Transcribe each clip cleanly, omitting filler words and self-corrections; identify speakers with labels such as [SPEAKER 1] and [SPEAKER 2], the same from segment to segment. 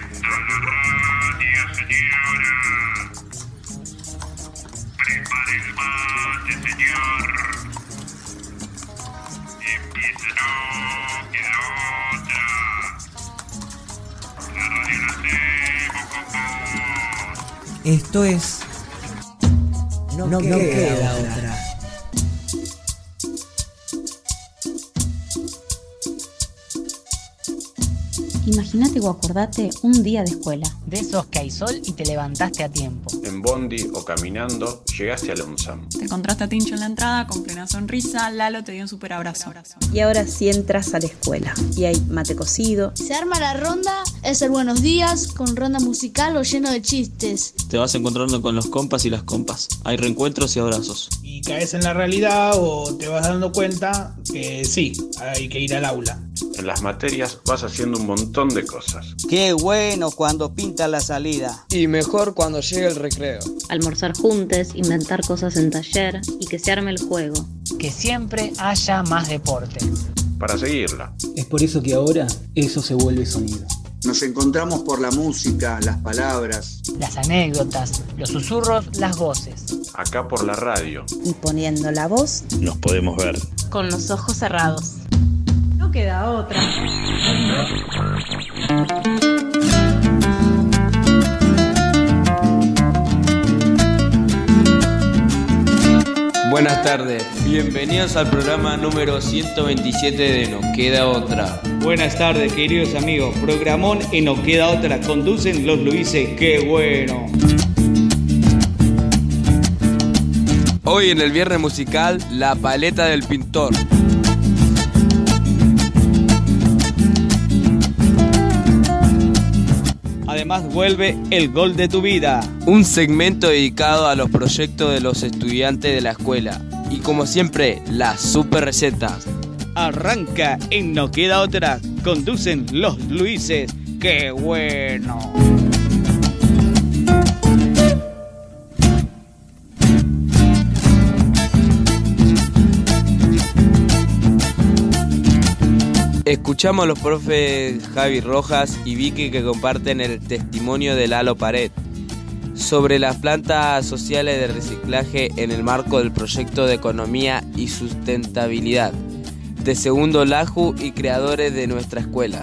[SPEAKER 1] Encienda la radio, señora. Prepare el mate, señor. Empieza, no queda otra. La radio la hacemos con vos.
[SPEAKER 2] Esto es No queda otra.
[SPEAKER 3] Imagínate o acordate un día de escuela.
[SPEAKER 4] De esos que hay sol y te levantaste a tiempo.
[SPEAKER 5] En bondi o caminando, llegaste a la UNSAM.
[SPEAKER 6] Te encontraste a Tincho en la entrada con plena sonrisa, Lalo te dio un súper abrazo.
[SPEAKER 3] Y ahora sí entras a la escuela y hay mate cocido.
[SPEAKER 7] Se arma la ronda, es el buenos días, con ronda musical o lleno de chistes.
[SPEAKER 8] Te vas encontrando con los compas y las compas. Hay reencuentros y abrazos.
[SPEAKER 9] Y caes en la realidad o te vas dando cuenta que sí, hay que ir al aula.
[SPEAKER 5] En las materias vas haciendo un montón de cosas.
[SPEAKER 10] Qué bueno cuando pinta la salida.
[SPEAKER 11] Y mejor cuando llega el recreo.
[SPEAKER 3] Almorzar juntos, inventar cosas en taller y que se arme el juego.
[SPEAKER 4] Que siempre haya más deporte.
[SPEAKER 5] Para seguirla.
[SPEAKER 12] Es por eso que ahora eso se vuelve sonido.
[SPEAKER 13] Nos encontramos por la música, las palabras,
[SPEAKER 4] las anécdotas, los susurros, las voces.
[SPEAKER 5] Acá por la radio.
[SPEAKER 3] Y poniendo la voz,
[SPEAKER 8] nos podemos ver.
[SPEAKER 3] Con los ojos cerrados.
[SPEAKER 6] No queda otra.
[SPEAKER 11] Buenas tardes, bienvenidos al programa número 127 de No Queda Otra.
[SPEAKER 9] Buenas tardes, queridos amigos. Programón y No Queda Otra. Conducen los Luises. ¡Qué bueno!
[SPEAKER 11] Hoy en el viernes musical, La Paleta del Pintor.
[SPEAKER 9] Además vuelve El Gol de tu Vida.
[SPEAKER 11] Un segmento dedicado a los proyectos de los estudiantes de la escuela. Y como siempre, las super recetas.
[SPEAKER 9] Arranca en No Queda Otra. Conducen los Luises. ¡Qué bueno!
[SPEAKER 11] Escuchamos a los profes Javi Rojas y Vicky que comparten el testimonio de Lalo Pared sobre las plantas sociales de reciclaje en el marco del proyecto de economía y sustentabilidad de Segundo LAJU y creadores de nuestra escuela.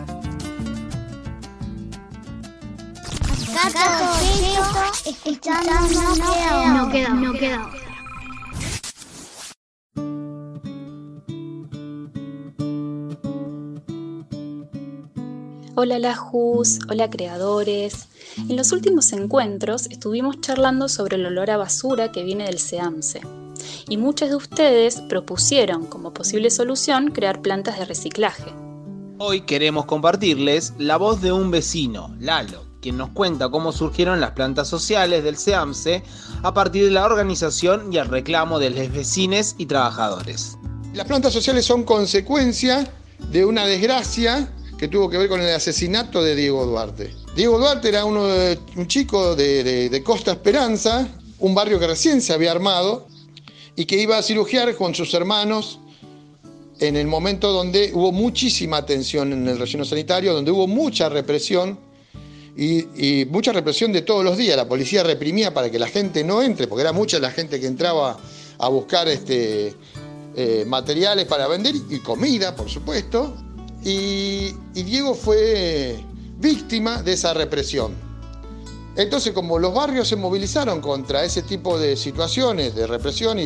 [SPEAKER 7] Acá escuchando No queda.
[SPEAKER 14] Hola Lajus, hola creadores. En los últimos encuentros estuvimos charlando sobre el olor a basura que viene del SEAMSE. Y muchos de ustedes propusieron como posible solución crear plantas de reciclaje.
[SPEAKER 15] Hoy queremos compartirles la voz de un vecino, Lalo, quien nos cuenta cómo surgieron las plantas sociales del SEAMSE a partir de la organización y el reclamo de los vecinos y trabajadores.
[SPEAKER 16] Las plantas sociales son consecuencia de una desgracia que tuvo que ver con el asesinato de Diego Duarte. Diego Duarte era un chico de Costa Esperanza, un barrio que recién se había armado y que iba a cirugiar con sus hermanos en el momento donde hubo muchísima tensión en el relleno sanitario, donde hubo mucha represión y mucha represión de todos los días. La policía reprimía para que la gente no entre, porque era mucha la gente que entraba a buscar materiales para vender y comida, por supuesto. Y Diego fue víctima de esa represión. Entonces, como los barrios se movilizaron contra ese tipo de situaciones de represión y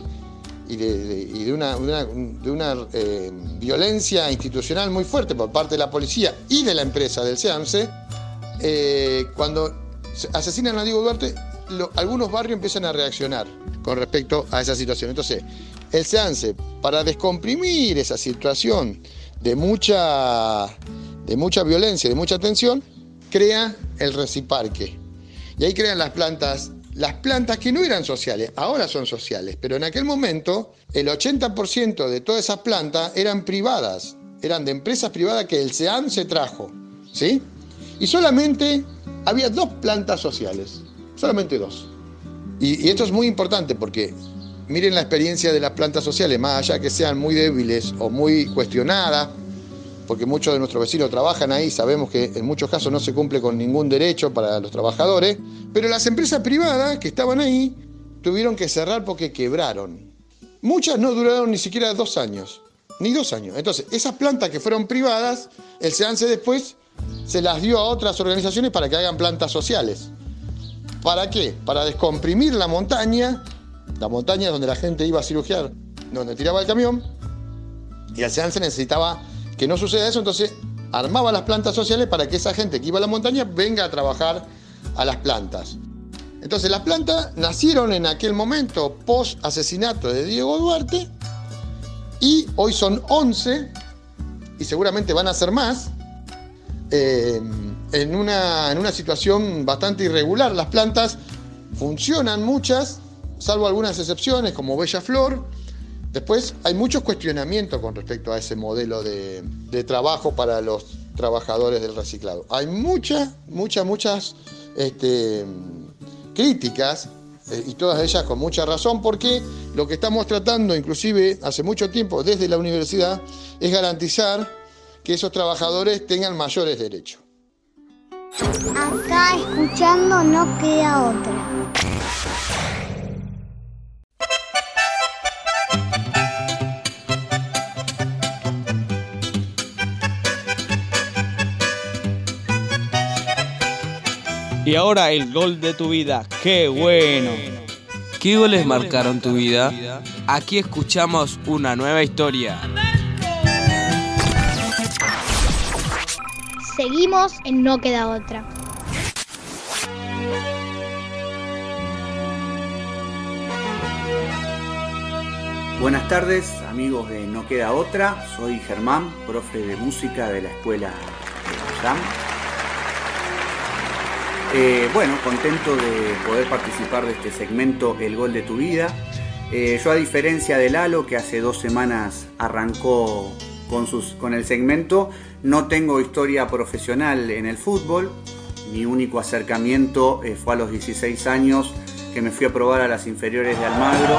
[SPEAKER 16] de una violencia institucional muy fuerte por parte de la policía y de la empresa del SEAMSE, cuando asesinan a Diego Duarte, algunos barrios empiezan a reaccionar con respecto a esa situación. Entonces, el SEAMSE, para descomprimir esa situación de mucha violencia, de mucha tensión, crea el Reciparque. Y ahí crean las plantas que no eran sociales, ahora son sociales, pero en aquel momento el 80% de todas esas plantas eran privadas, eran de empresas privadas que el SEAMSE trajo, ¿sí? Y solamente había 2 plantas sociales, solamente 2. Y esto es muy importante porque miren la experiencia de las plantas sociales, más allá que sean muy débiles o muy cuestionadas, porque muchos de nuestros vecinos trabajan ahí, sabemos que en muchos casos no se cumple con ningún derecho para los trabajadores, pero las empresas privadas que estaban ahí tuvieron que cerrar porque quebraron. Muchas no duraron ni siquiera 2 años, ni 2 años. Entonces, esas plantas que fueron privadas, el SEAMSE después se las dio a otras organizaciones para que hagan plantas sociales. ¿Para qué? Para descomprimir la montaña donde la gente iba a cirugiar, donde tiraba el camión, y el SEAMSE necesitaba que no suceda eso, entonces armaba las plantas sociales para que esa gente que iba a la montaña venga a trabajar a las plantas. Entonces las plantas nacieron en aquel momento post asesinato de Diego Duarte y hoy son 11 y seguramente van a ser más en una situación bastante irregular. Las plantas funcionan muchas, salvo algunas excepciones como Bella Flor. Después hay muchos cuestionamientos con respecto a ese modelo de trabajo para los trabajadores del reciclado. Hay muchas críticas y todas ellas con mucha razón, porque lo que estamos tratando, inclusive hace mucho tiempo desde la universidad, es garantizar que esos trabajadores tengan mayores derechos.
[SPEAKER 17] Acá escuchando No Queda Otra.
[SPEAKER 9] Y ahora el gol de tu vida. ¡Qué bueno!
[SPEAKER 11] ¿Qué goles marcaron tu vida? Aquí escuchamos una nueva historia.
[SPEAKER 7] Seguimos en No Queda Otra.
[SPEAKER 18] Buenas tardes, amigos de No Queda Otra. Soy Germán, profe de música de la escuela de USAM. Contento de poder participar de este segmento El Gol de tu Vida. Yo, a diferencia de Lalo, que hace 2 semanas arrancó con el segmento, no tengo historia profesional en el fútbol. Mi único acercamiento fue a los 16 años, que me fui a probar a las inferiores de Almagro.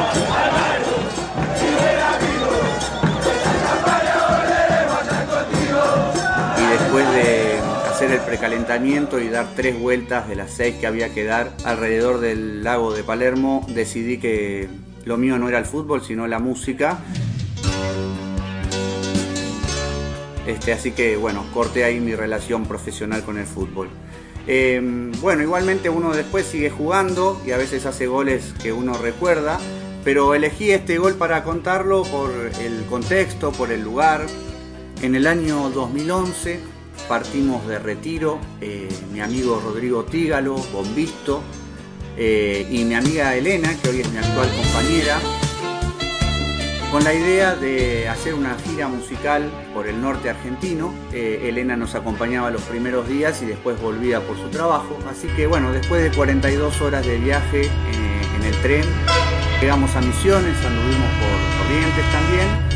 [SPEAKER 18] Y después de hacer el precalentamiento y dar 3 vueltas de las 6 que había que dar alrededor del lago de Palermo, decidí que lo mío no era el fútbol, sino la música. Así que corté ahí mi relación profesional con el fútbol. Igualmente uno después sigue jugando y a veces hace goles que uno recuerda, pero elegí este gol para contarlo por el contexto, por el lugar. En el año 2011 partimos de retiro, mi amigo Rodrigo Tígalo, bombisto, y mi amiga Elena, que hoy es mi actual compañera, con la idea de hacer una gira musical por el norte argentino. Elena nos acompañaba los primeros días y después volvía por su trabajo. Así que después de 42 horas de viaje en el tren, llegamos a Misiones, anduvimos por Corrientes también.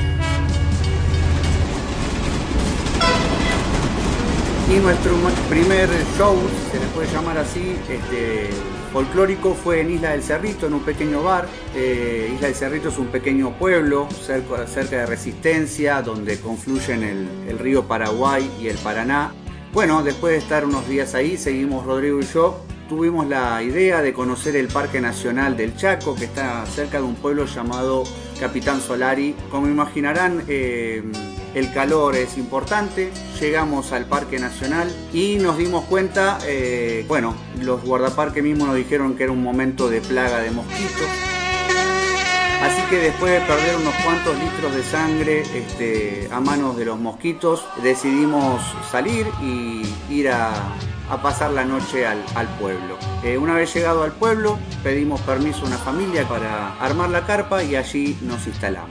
[SPEAKER 18] Y nuestro primer show, se le puede llamar así, folclórico, fue en Isla del Cerrito, en un pequeño bar. Isla del Cerrito es un pequeño pueblo cerca de Resistencia, donde confluyen el río Paraguay y el Paraná. Después de estar unos días ahí, seguimos Rodrigo y yo. Tuvimos la idea de conocer el Parque Nacional del Chaco, que está cerca de un pueblo llamado Capitán Solari. Como imaginarán, el calor es importante. Llegamos al Parque Nacional y nos dimos cuenta, los guardaparques mismos nos dijeron que era un momento de plaga de mosquitos. Así que después de perder unos cuantos litros de sangre a manos de los mosquitos, decidimos salir y ir a pasar la noche al pueblo. Una vez llegado al pueblo, pedimos permiso a una familia para armar la carpa y allí nos instalamos.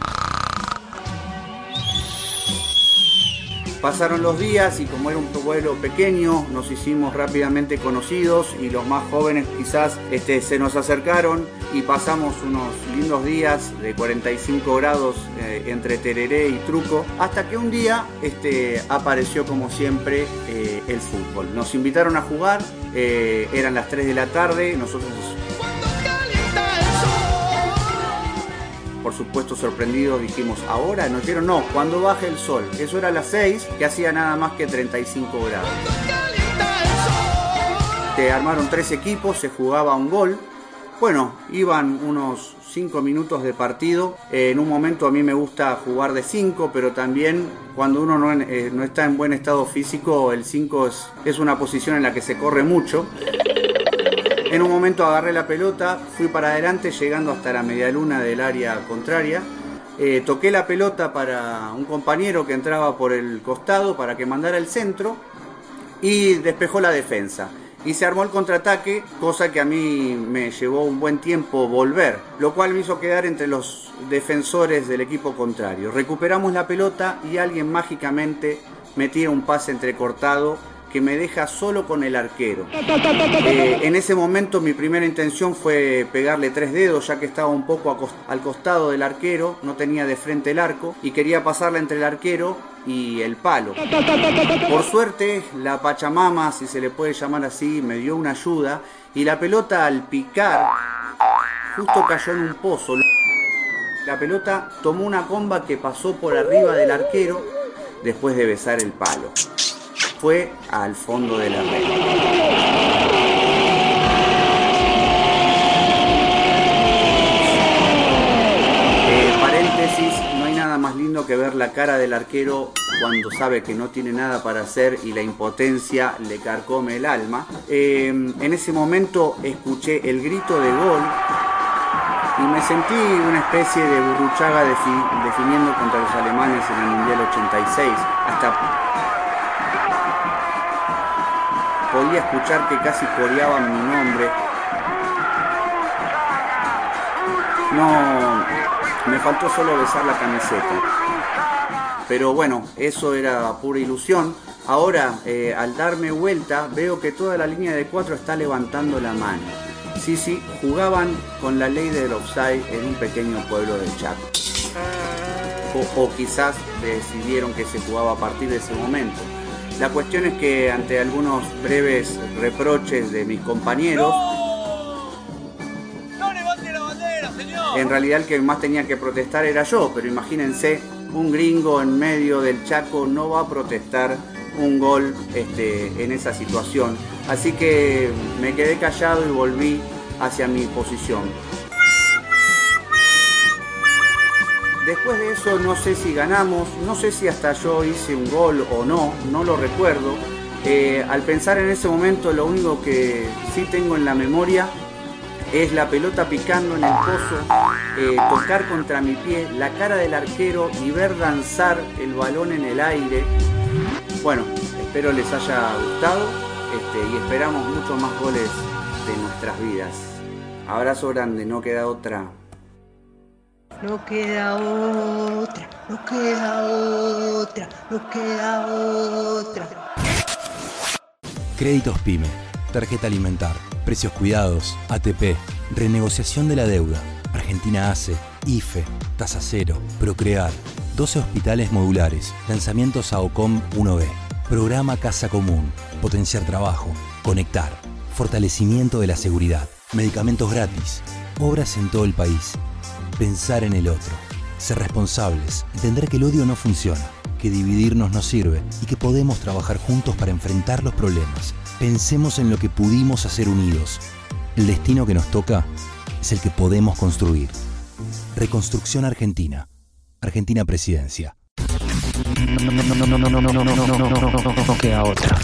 [SPEAKER 18] Pasaron los días y como era un pueblo pequeño, nos hicimos rápidamente conocidos y los más jóvenes quizás se nos acercaron y pasamos unos lindos días de 45 grados entre tereré y truco, hasta que un día apareció como siempre el fútbol. Nos invitaron a jugar, eran las 3 de la tarde, nosotros por supuesto sorprendidos dijimos, ¿ahora? Nos dijeron, no, cuando baje el sol. Eso era a las 6, que hacía nada más que 35 grados. Armaron 3 equipos, se jugaba un gol. Bueno, iban unos 5 minutos de partido. En un momento a mí me gusta jugar de 5, pero también cuando uno no está en buen estado físico, el 5 es una posición en la que se corre mucho. En un momento agarré la pelota, fui para adelante llegando hasta la medialuna del área contraria. Toqué la pelota para un compañero que entraba por el costado para que mandara el centro y despejó la defensa. Y se armó el contraataque, cosa que a mí me llevó un buen tiempo volver, lo cual me hizo quedar entre los defensores del equipo contrario. Recuperamos la pelota y alguien mágicamente me tira un pase entrecortado que me deja solo con el arquero. En ese momento mi primera intención fue pegarle 3 dedos, ya que estaba un poco al costado del arquero, no tenía de frente el arco y quería pasarla entre el arquero y el palo. Por suerte, la Pachamama, si se le puede llamar así, me dio una ayuda y la pelota al picar justo cayó en un pozo. La pelota tomó una comba que pasó por arriba del arquero después de besar el palo. Fue al fondo de la red. Paréntesis, no hay nada más lindo que ver la cara del arquero cuando sabe que no tiene nada para hacer y la impotencia le carcome el alma. En ese momento escuché el grito de gol y me sentí una especie de Burruchaga definiendo contra los alemanes en el Mundial 86. Hasta podía escuchar que casi coreaban mi nombre. No, me faltó solo besar la camiseta. Pero bueno, eso era pura ilusión. Ahora, al darme vuelta, veo que toda la línea de 4 está levantando la mano. Sí, jugaban con la ley del offside en un pequeño pueblo del Chaco. O quizás decidieron que se jugaba a partir de ese momento. La cuestión es que ante algunos breves reproches de mis compañeros,
[SPEAKER 9] ¡No levante la bandera, señor!
[SPEAKER 18] En realidad el que más tenía que protestar era yo, pero imagínense, un gringo en medio del Chaco no va a protestar un gol en esa situación. Así que me quedé callado y volví hacia mi posición. Después de eso no sé si ganamos, no sé si hasta yo hice un gol o no lo recuerdo. Al pensar en ese momento, lo único que sí tengo en la memoria es la pelota picando en el pozo, tocar contra mi pie, la cara del arquero y ver danzar el balón en el aire. Bueno, espero les haya gustado y esperamos muchos más goles de nuestras vidas. Abrazo grande, no queda otra.
[SPEAKER 2] No queda otra, no queda otra, no queda otra.
[SPEAKER 19] Créditos PYME, tarjeta alimentar, precios cuidados, ATP, renegociación de la deuda, Argentina ACE, IFE, Tasa Cero, Procrear, 12 hospitales modulares, lanzamientos a OCOM 1B, programa Casa Común, potenciar trabajo, conectar, fortalecimiento de la seguridad, medicamentos gratis, obras en todo el país. Pensar en el otro, ser responsables, entender que el odio no funciona, que dividirnos no sirve y que podemos trabajar juntos para enfrentar los problemas. Pensemos en lo que pudimos hacer unidos. El destino que nos toca es el que podemos construir. Reconstrucción Argentina. Argentina Presidencia.
[SPEAKER 4] No queda otra.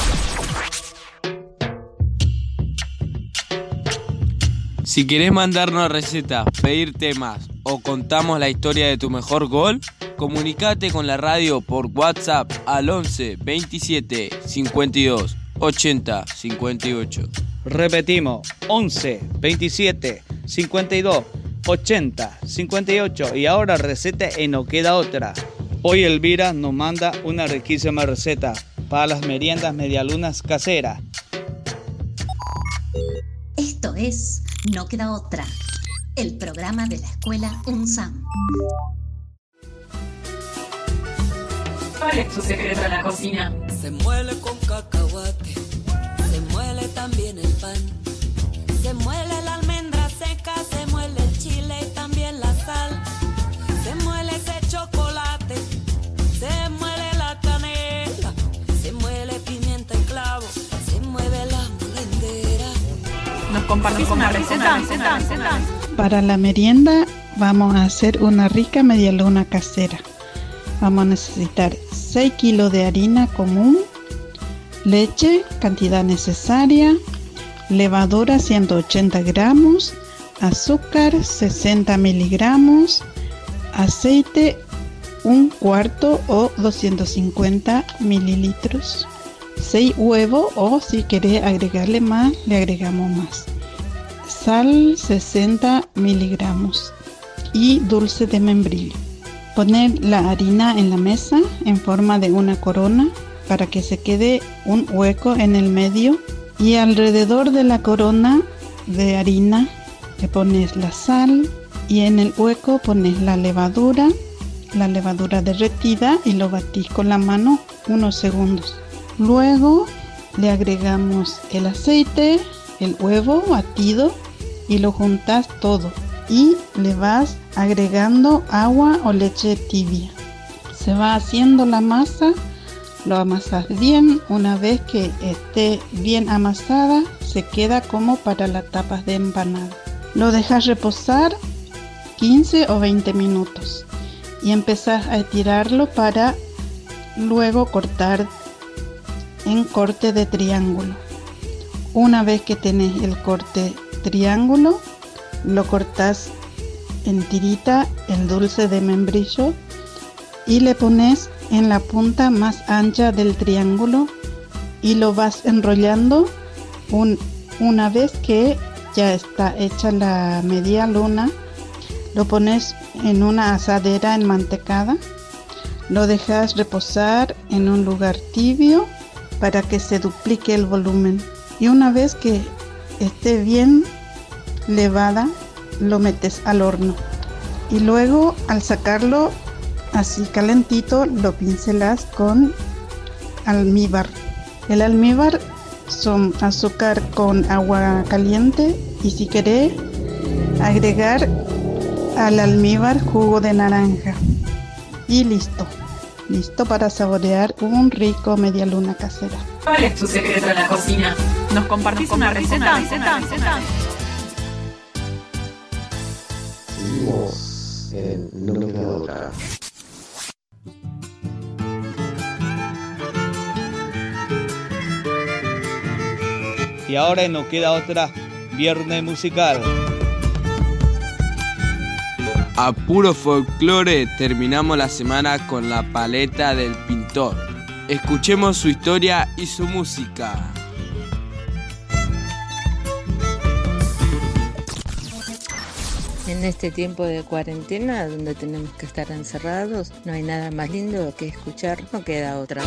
[SPEAKER 11] Si querés mandarnos recetas, pedir temas o contamos la historia de tu mejor gol, comunicate con la radio por WhatsApp al 11 27 52 80 58.
[SPEAKER 9] Repetimos, 11 27 52 80 58. Y ahora receta en No Queda Otra. Hoy Elvira nos manda una riquísima receta para las meriendas medialunas caseras.
[SPEAKER 20] Esto es No Queda Otra, el programa de la escuela UNSAM.
[SPEAKER 21] ¿Cuál es tu secreto en la cocina?
[SPEAKER 22] Se muele con cacahuate, se muele también el pan, se muele la almendra seca, se muele el chile y también la sal.
[SPEAKER 6] compartís una receta.
[SPEAKER 1] Para la merienda vamos a hacer una rica medialuna casera. Vamos a necesitar 6 kilos de harina común, leche, cantidad necesaria, levadura 180 gramos, azúcar 60 miligramos, aceite 1/4 o 250 mililitros, 6 huevos o si querés agregarle más, le agregamos más, sal 60 miligramos y dulce de membrillo. Poner la harina en la mesa en forma de una corona para que se quede un hueco en el medio y alrededor de la corona de harina le pones la sal y en el hueco pones la levadura derretida y lo batís con la mano unos segundos. Luego le agregamos el aceite, el huevo batido y lo juntas todo y le vas agregando agua o leche tibia. Se va haciendo la masa, lo amasas bien. Una vez que esté bien amasada, se queda como para las tapas de empanada. Lo dejas reposar 15 o 20 minutos y empezás a estirarlo para luego cortar en corte de triángulo. Una vez que tenés el corte triángulo, lo cortas en tirita el dulce de membrillo y le pones en la punta más ancha del triángulo y lo vas enrollando. Una vez que ya está hecha la media luna, lo pones en una asadera enmantecada, lo dejas reposar en un lugar tibio para que se duplique el volumen y una vez que esté bien levada, lo metes al horno y luego al sacarlo así calentito lo pincelas con almíbar. El almíbar son azúcar con agua caliente y si querés agregar al almíbar jugo de naranja y listo para saborear un rico medialuna casera.
[SPEAKER 21] ¿Cuál es tu secreto en la cocina?
[SPEAKER 6] ¿Nos compartís una receta?
[SPEAKER 5] Seguimos en No Queda Otra.
[SPEAKER 9] Y ahora en No Queda Otra, viernes musical.
[SPEAKER 11] A puro folclore terminamos la semana con La Paleta del Pintor. Escuchemos su historia y su música.
[SPEAKER 10] En este tiempo de cuarentena, donde tenemos que estar encerrados, no hay nada más lindo que escuchar No Queda Otra.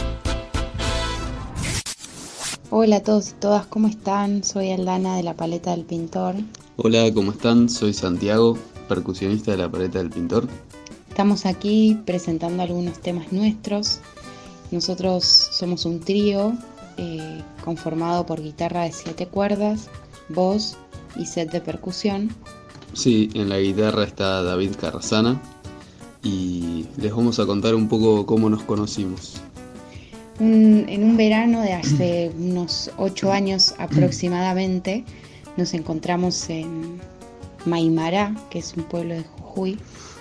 [SPEAKER 23] Hola a todos y todas, ¿cómo están? Soy Aldana de La Paleta del Pintor.
[SPEAKER 24] Hola, ¿cómo están? Soy Santiago, percusionista de La Paleta del Pintor.
[SPEAKER 23] Estamos aquí presentando algunos temas nuestros. Nosotros somos un trío conformado por guitarra de 7 cuerdas, voz y set de percusión.
[SPEAKER 24] Sí, en la guitarra está David Carrasana y les vamos a contar un poco cómo nos conocimos.
[SPEAKER 23] En un verano de hace unos 8 años aproximadamente nos encontramos en Maimará, que es un pueblo de Jujuy,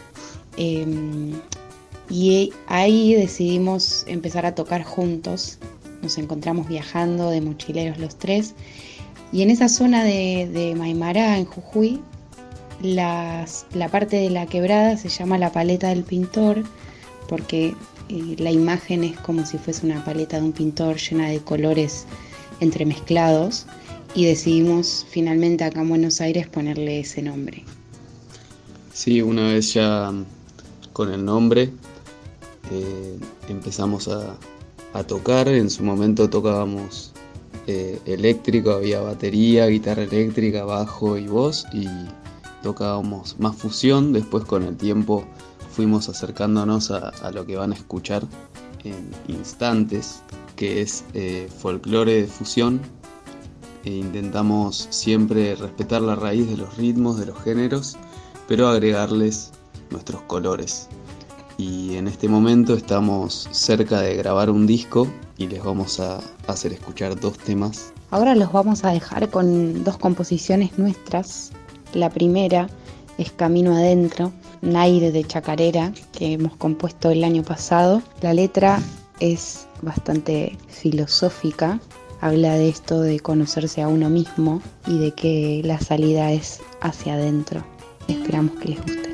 [SPEAKER 23] y ahí decidimos empezar a tocar juntos. Nos encontramos viajando de mochileros los tres y en esa zona de Maimará, en Jujuy, la parte de la quebrada se llama La Paleta del Pintor porque la imagen es como si fuese una paleta de un pintor llena de colores entremezclados y decidimos finalmente acá en Buenos Aires ponerle ese nombre.
[SPEAKER 24] Sí, una vez ya con el nombre empezamos a tocar. En su momento tocábamos eléctrico, había batería, guitarra eléctrica, bajo y voz y tocábamos más fusión. Después con el tiempo fuimos acercándonos a lo que van a escuchar en instantes, que es folclore de fusión. Intentamos siempre respetar la raíz de los ritmos, de los géneros, pero agregarles nuestros colores. Y en este momento estamos cerca de grabar un disco y les vamos a hacer escuchar 2 temas
[SPEAKER 23] Ahora los vamos a dejar con 2 composiciones nuestras. La primera es Camino Adentro, un aire de chacarera que hemos compuesto el año pasado. La letra es bastante filosófica, habla de esto de conocerse a uno mismo y de que la salida es hacia adentro. Esperamos que les guste.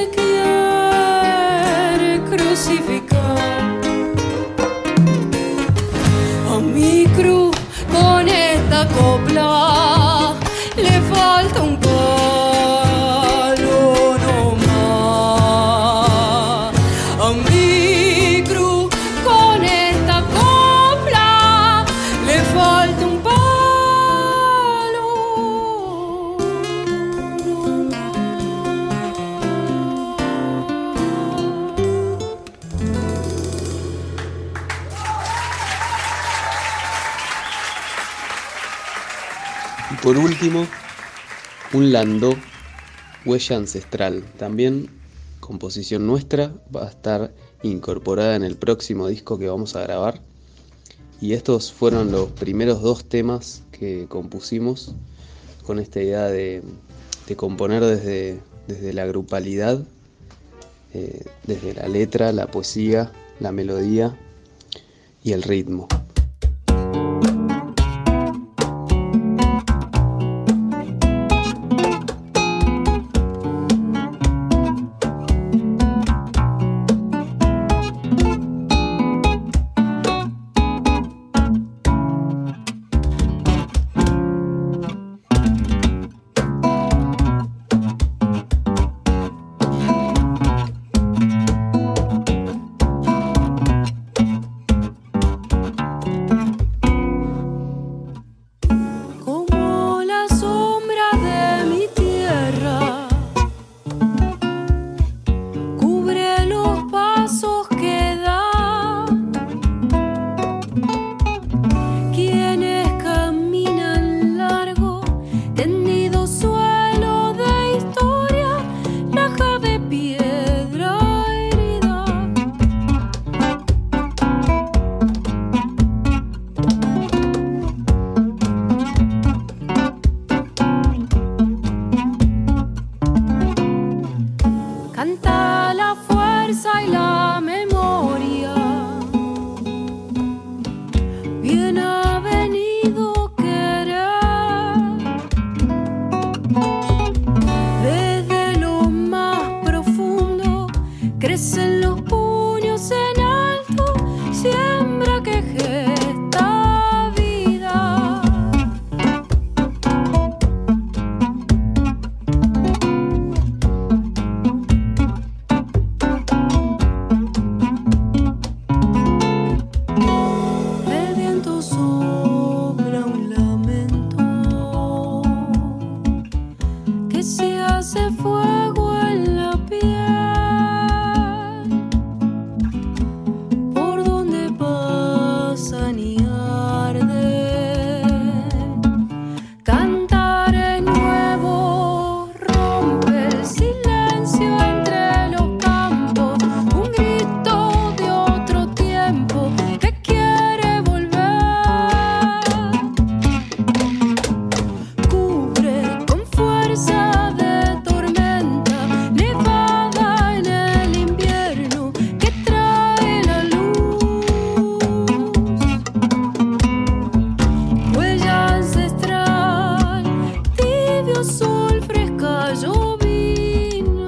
[SPEAKER 3] me quiere crucificar. A mi cruz con esta copla le falta un palo nomás. A mi cruz con esta copla le falta un palo.
[SPEAKER 24] Y por último, un landó, huella ancestral, también composición nuestra, va a estar incorporada en el próximo disco que vamos a grabar. Y estos fueron los primeros 2 temas que compusimos con esta idea de componer desde la grupalidad, desde la letra, la poesía, la melodía y el ritmo.
[SPEAKER 3] Como la sombra de mi tierra cubre los pasos que da, quienes caminan largo, tendido suelo de historia, laja de piedra herida. Canta la fuerza y la memoria. Bien ha venido querer. Desde lo más profundo crecen los puños en alto, siembra que gesta vida. El viento sopla un lamento que se hace fuego en la piel, por donde pasan y arden. Cantar es nuevo, rompe el silencio entre los campos, un grito de otro tiempo que quiere volver. Cubre con fuerza de tormenta, nevada en el invierno que trae la luz. Huella ancestral, tibio sol, fresca llovina.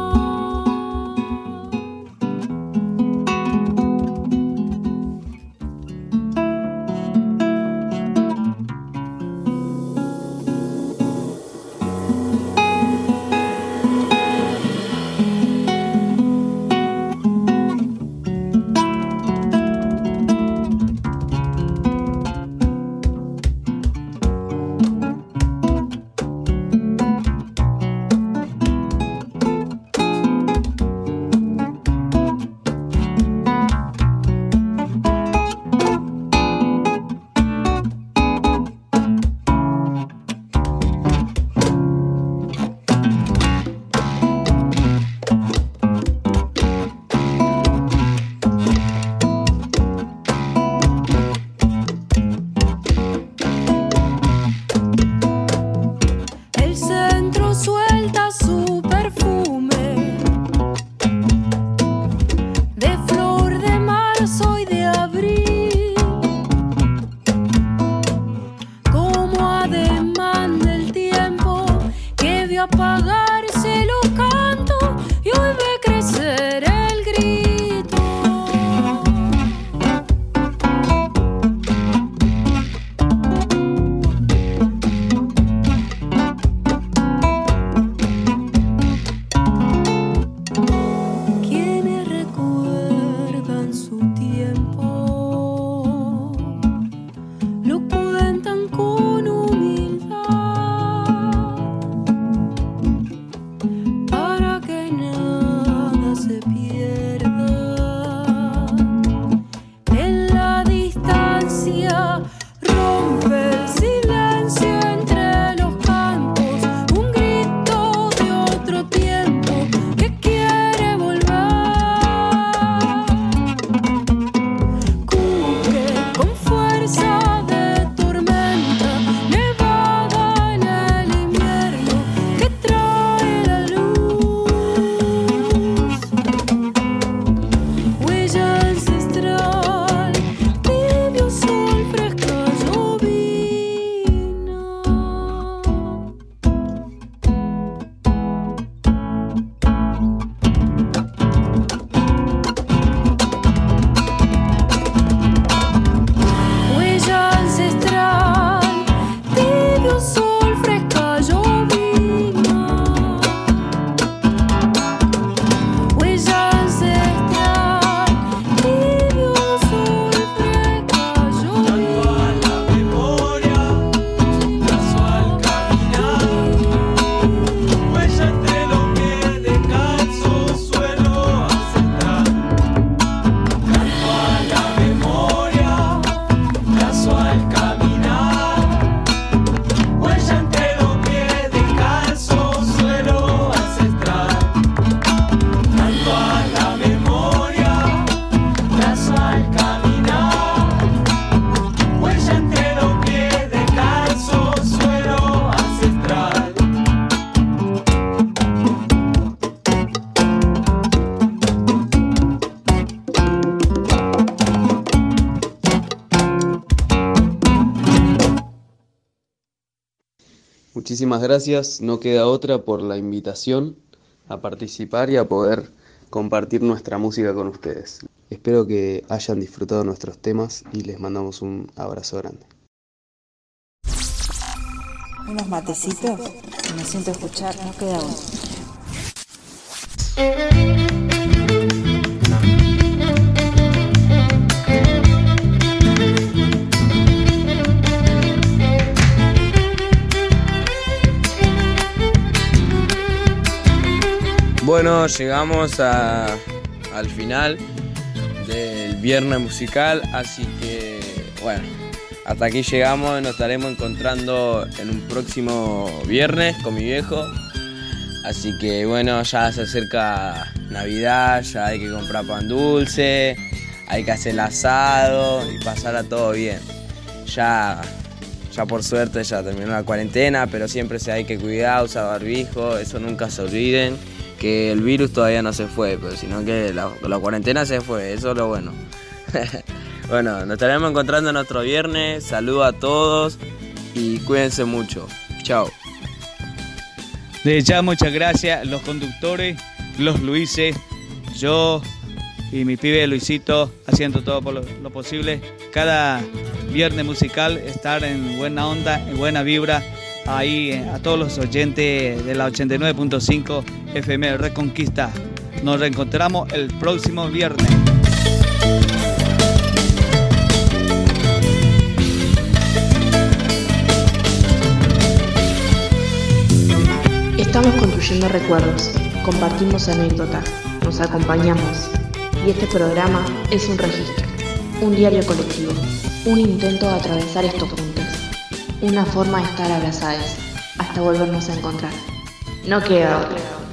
[SPEAKER 3] El centro suelta su perfume de flor de marzo y de abril, como ademán del tiempo que vio apagarse los cantos y hoy
[SPEAKER 24] Muchísimas gracias, no queda otra, por la invitación a participar y a poder compartir nuestra música con ustedes. Espero que hayan disfrutado nuestros temas y les mandamos un abrazo grande.
[SPEAKER 8] Unos matecitos y me siento a escuchar, no queda otro.
[SPEAKER 11] Bueno, llegamos al final del viernes musical, así que bueno, hasta aquí llegamos, nos estaremos encontrando en un próximo viernes con mi viejo. Así que bueno, ya se acerca Navidad, ya hay que comprar pan dulce, hay que hacer el asado y pasarla todo bien. Ya por suerte ya terminó la cuarentena, pero siempre se hay que cuidar, usar barbijo, eso nunca se olviden, que el virus todavía no se fue, pero sino que la cuarentena se fue, eso es lo bueno. Bueno, nos estaremos encontrando en otro viernes, saludos a todos y cuídense mucho. Chao.
[SPEAKER 9] Desde ya muchas gracias, los conductores, los Luises, yo y mi pibe Luisito, haciendo todo por lo posible. Cada viernes musical estar en buena onda, en buena vibra, ahí a todos los oyentes de la 89.5 FM Reconquista. Nos reencontramos el próximo viernes.
[SPEAKER 12] Estamos construyendo recuerdos, compartimos anécdotas, nos acompañamos. Y este programa es un registro, un diario colectivo, un intento de atravesar estos puntos, una forma de estar abrazados hasta volvernos a encontrar. No queda otra.